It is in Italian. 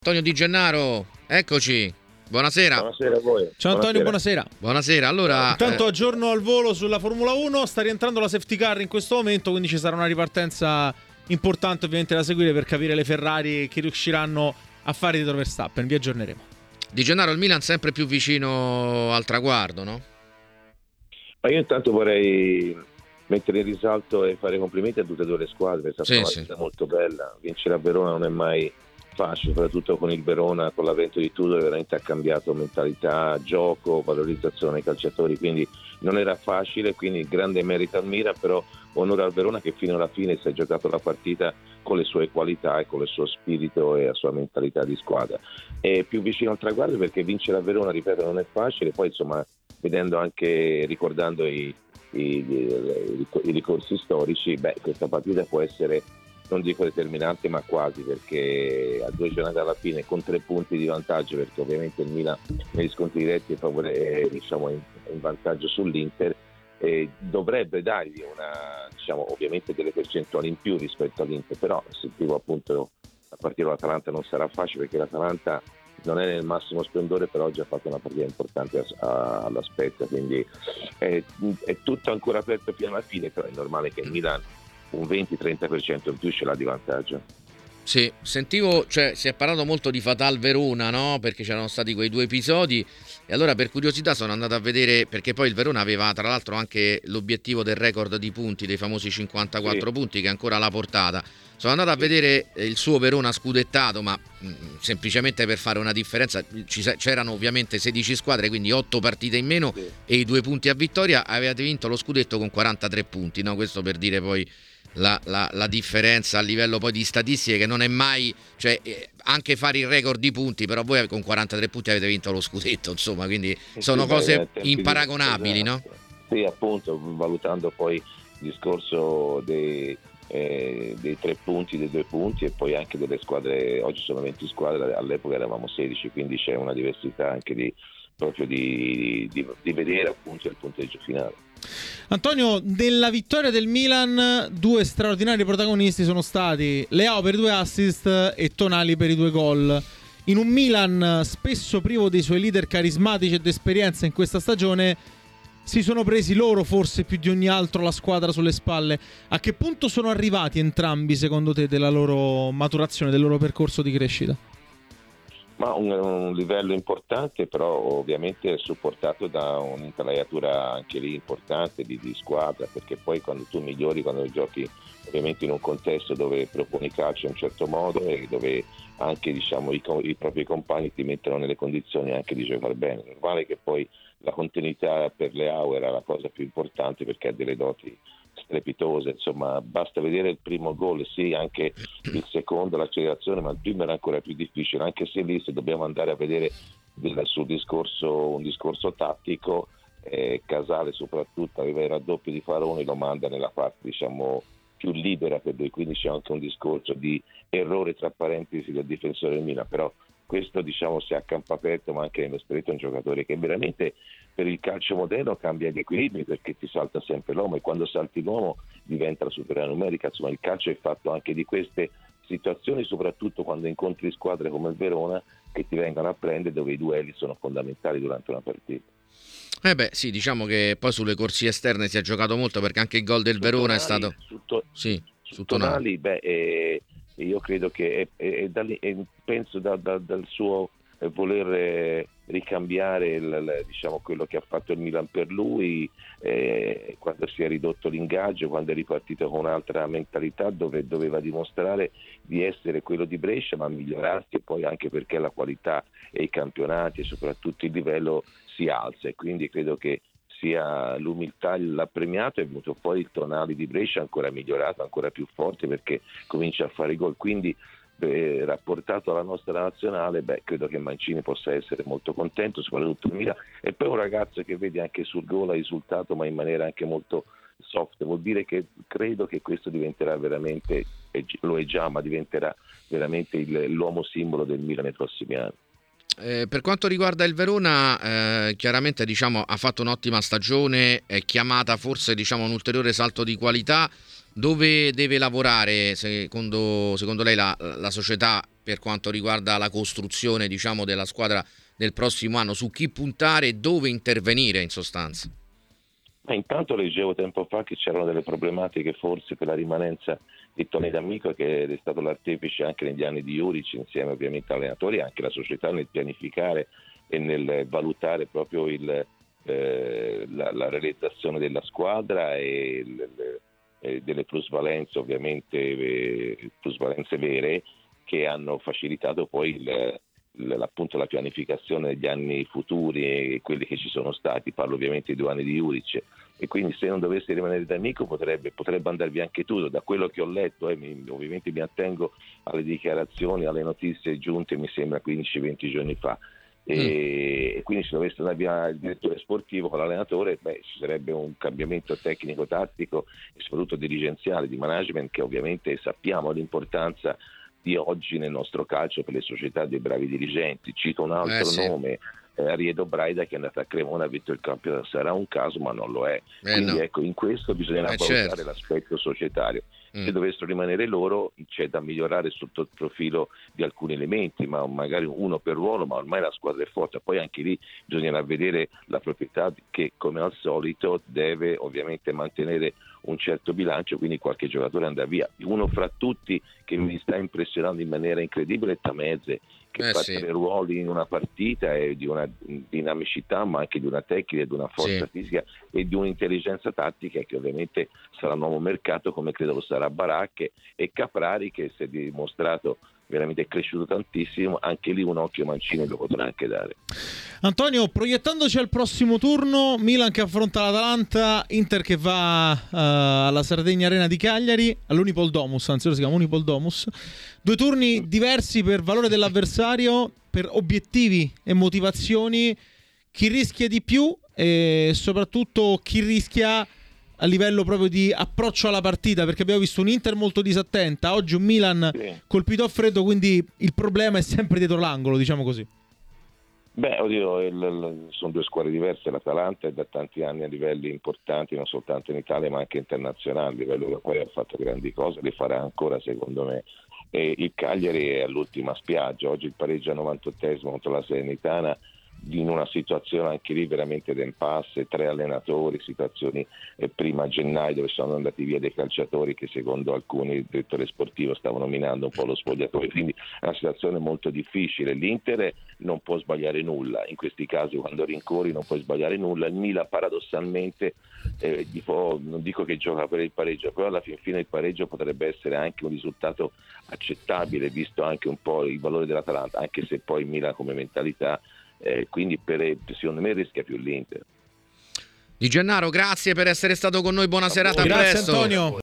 Antonio Di Gennaro, eccoci. Buonasera. Buonasera a voi. Ciao Antonio, buonasera. Buonasera. Allora, intanto aggiorno al volo sulla Formula 1, sta rientrando la safety car in questo momento, quindi ci sarà una ripartenza importante ovviamente da seguire per capire le Ferrari che riusciranno a fare dietro Verstappen. Vi aggiorneremo. Di Gennaro, il Milan sempre più vicino al traguardo, no? Ma io intanto vorrei mettere in risalto e fare complimenti a tutte e due le squadre, è stata una partita molto bella. Vincere a Verona non è mai facile, soprattutto con il Verona, con l'avvento di Tudor, veramente ha cambiato mentalità, gioco, valorizzazione ai calciatori, quindi non era facile, quindi grande merito al Milan, però onore al Verona che fino alla fine si è giocato la partita con le sue qualità e con il suo spirito e la sua mentalità di squadra. È più vicino al traguardo perché vincere a Verona, ripeto, non è facile, poi insomma vedendo anche, ricordando i ricorsi storici, questa partita può essere, non dico determinante, ma quasi, perché a 2 giornate alla fine con 3 punti di vantaggio, perché ovviamente il Milan negli scontri diretti è in vantaggio sull'Inter, dovrebbe dargli ovviamente delle percentuali in più rispetto all'Inter, però sentivo appunto la partita dell'Atalanta non sarà facile, perché l'Atalanta non è nel massimo splendore, però oggi ha fatto una partita importante alla Spezia, quindi è tutto ancora aperto fino alla fine, però è normale che il Milan un 20-30% in più ce l'ha di vantaggio. Sì, sentivo, si è parlato molto di Fatal Verona, no? Perché c'erano stati quei 2 episodi, e allora per curiosità sono andato a vedere, perché poi il Verona aveva tra l'altro anche l'obiettivo del record di punti, dei famosi 54 punti, che è ancora alla portata. Sono andato a vedere il suo Verona scudettato, ma semplicemente per fare una differenza, c'erano ovviamente 16 squadre, quindi 8 partite in meno e i 2 punti a vittoria. Avevate vinto lo scudetto con 43 punti, no? Questo per dire poi la differenza a livello poi di statistiche, che non è mai, anche fare il record di punti, però voi con 43 punti avete vinto lo scudetto, insomma, quindi sono cose imparagonabili, no? Sì, appunto, valutando poi il discorso dei 3 punti, dei 2 punti, e poi anche delle squadre. Oggi sono 20 squadre, all'epoca eravamo 16, quindi c'è una diversità anche di vedere appunto il punteggio finale. Antonio, nella vittoria del Milan 2 straordinari protagonisti sono stati Leao per 2 assist e Tonali per i 2 gol. In un Milan spesso privo dei suoi leader carismatici ed esperienza in questa stagione, si sono presi loro forse più di ogni altro la squadra sulle spalle. A che punto sono arrivati entrambi secondo te della loro maturazione, del loro percorso di crescita? Ma un livello importante, però ovviamente supportato da un'intelaiatura anche lì importante di squadra, perché poi quando tu migliori, quando giochi ovviamente in un contesto dove proponi calcio in un certo modo e dove anche i propri compagni ti mettono nelle condizioni anche di giocare bene, è normale che poi la continuità per Leao era la cosa più importante, perché ha delle doti strepitose, insomma basta vedere il primo gol, sì, anche il secondo, l'accelerazione, ma il primo era ancora più difficile, anche se lì, se dobbiamo andare a vedere un discorso tattico, Casale soprattutto aveva il raddoppio di Faroni, lo manda nella parte più libera per lui, quindi c'è anche un discorso di errore tra parentesi del difensore del Milan, però questo si ha a campo aperto, ma anche nello stretto è un giocatore che veramente per il calcio moderno cambia gli equilibri, perché ti salta sempre l'uomo, e quando salti l'uomo diventa la superiorità numerica. Insomma, il calcio è fatto anche di queste situazioni, soprattutto quando incontri squadre come il Verona che ti vengono a prendere, dove i duelli sono fondamentali durante una partita. Sì, diciamo che poi sulle corsie esterne si è giocato molto, perché anche il gol del Verona è stato su Tonali. Io credo che penso dal suo voler ricambiare quello che ha fatto il Milan per lui, quando si è ridotto l'ingaggio, quando è ripartito con un'altra mentalità, dove doveva dimostrare di essere quello di Brescia, ma migliorarsi, e poi anche perché la qualità e i campionati e soprattutto il livello si alza, e quindi credo che sia l'umiltà l'ha premiato, è venuto poi il Tonali di Brescia ancora migliorato, ancora più forte, perché comincia a fare i gol, quindi rapportato alla nostra nazionale, credo che Mancini possa essere molto contento, soprattutto il Milan. E poi un ragazzo che vedi anche sul gol ha risultato, ma in maniera anche molto soft, vuol dire che credo che questo diventerà veramente, lo è già, ma diventerà veramente l'uomo simbolo del Milan nei prossimi anni. Per quanto riguarda il Verona, chiaramente ha fatto un'ottima stagione, è chiamata forse un ulteriore salto di qualità. Dove deve lavorare secondo lei la società per quanto riguarda la costruzione, diciamo, della squadra del prossimo anno, su chi puntare e dove intervenire in sostanza? Intanto leggevo tempo fa che c'erano delle problematiche forse per la rimanenza di Tony D'Amico, che è stato l'artefice anche negli anni di Juric, insieme ovviamente allenatori e anche la società, nel pianificare e nel valutare proprio la realizzazione della squadra e delle plusvalenze, ovviamente plusvalenze vere, che hanno facilitato poi appunto la pianificazione degli anni futuri e quelli che ci sono stati. Parlo ovviamente di 2 anni di Juric, e quindi se non dovesse rimanere D'Amico potrebbe andarvi anche tutto. Da quello che ho letto, ovviamente mi attengo alle dichiarazioni, alle notizie giunte, mi sembra 15-20 giorni fa, e quindi se dovesse andare via il direttore sportivo con l'allenatore, ci sarebbe un cambiamento tecnico, tattico e soprattutto dirigenziale, di management, che ovviamente sappiamo l'importanza di oggi nel nostro calcio per le società dei bravi dirigenti. Cito un altro nome, Riedo Braida, che è andato a Cremona, ha vinto il campionato. Sarà un caso, ma non lo è. Quindi no. Ecco, in questo bisogna valutare l'aspetto societario. Se dovessero rimanere loro, c'è da migliorare sotto il profilo di alcuni elementi, ma magari uno per ruolo, ma ormai la squadra è forte. Poi anche lì bisognerà vedere la proprietà, che come al solito deve ovviamente mantenere un certo bilancio, quindi qualche giocatore andrà via. Uno fra tutti che mi sta impressionando in maniera incredibile è Tameze, che fa 3 ruoli in una partita, e di una dinamicità, ma anche di una tecnica, di una forza fisica e di un'intelligenza tattica, che ovviamente sarà un nuovo mercato, come credo lo sarà Baracche, e Caprari, che si è dimostrato veramente cresciuto tantissimo. Anche lì un occhio Mancini lo potrà anche dare. Antonio, proiettandoci al prossimo turno, Milan che affronta l'Atalanta, Inter che va alla Sardegna Arena di Cagliari, all'Unipol Domus, anzi ora si chiama Unipol Domus. 2 turni diversi per valore dell'avversario, per obiettivi e motivazioni. Chi rischia di più e soprattutto chi rischia a livello proprio di approccio alla partita, perché abbiamo visto un Inter molto disattenta, oggi un Milan colpito a freddo, quindi il problema è sempre dietro l'angolo, diciamo così. Sono 2 squadre diverse. L'Atalanta è da tanti anni a livelli importanti, non soltanto in Italia ma anche internazionali. A livello europeo ha fatto grandi cose, le farà ancora secondo me. E il Cagliari è all'ultima spiaggia. Oggi il pareggio al 98esimo contro la Salernitana, in una situazione anche lì veramente d'impasse, 3 allenatori, situazioni prima a gennaio dove sono andati via dei calciatori che secondo alcuni il direttore sportivo stavano minando un po' lo spogliatoio, quindi è una situazione molto difficile. L'Inter non può sbagliare nulla, in questi casi quando rincorri non puoi sbagliare nulla. Il Milan paradossalmente non dico che gioca per il pareggio, però alla fin fine il pareggio potrebbe essere anche un risultato accettabile, visto anche un po' il valore dell'Atalanta, anche se poi il Milan come mentalità, quindi secondo me rischia più l'Inter. Di Gennaro, grazie per essere stato con noi, buona serata, a Grazie presto. Antonio.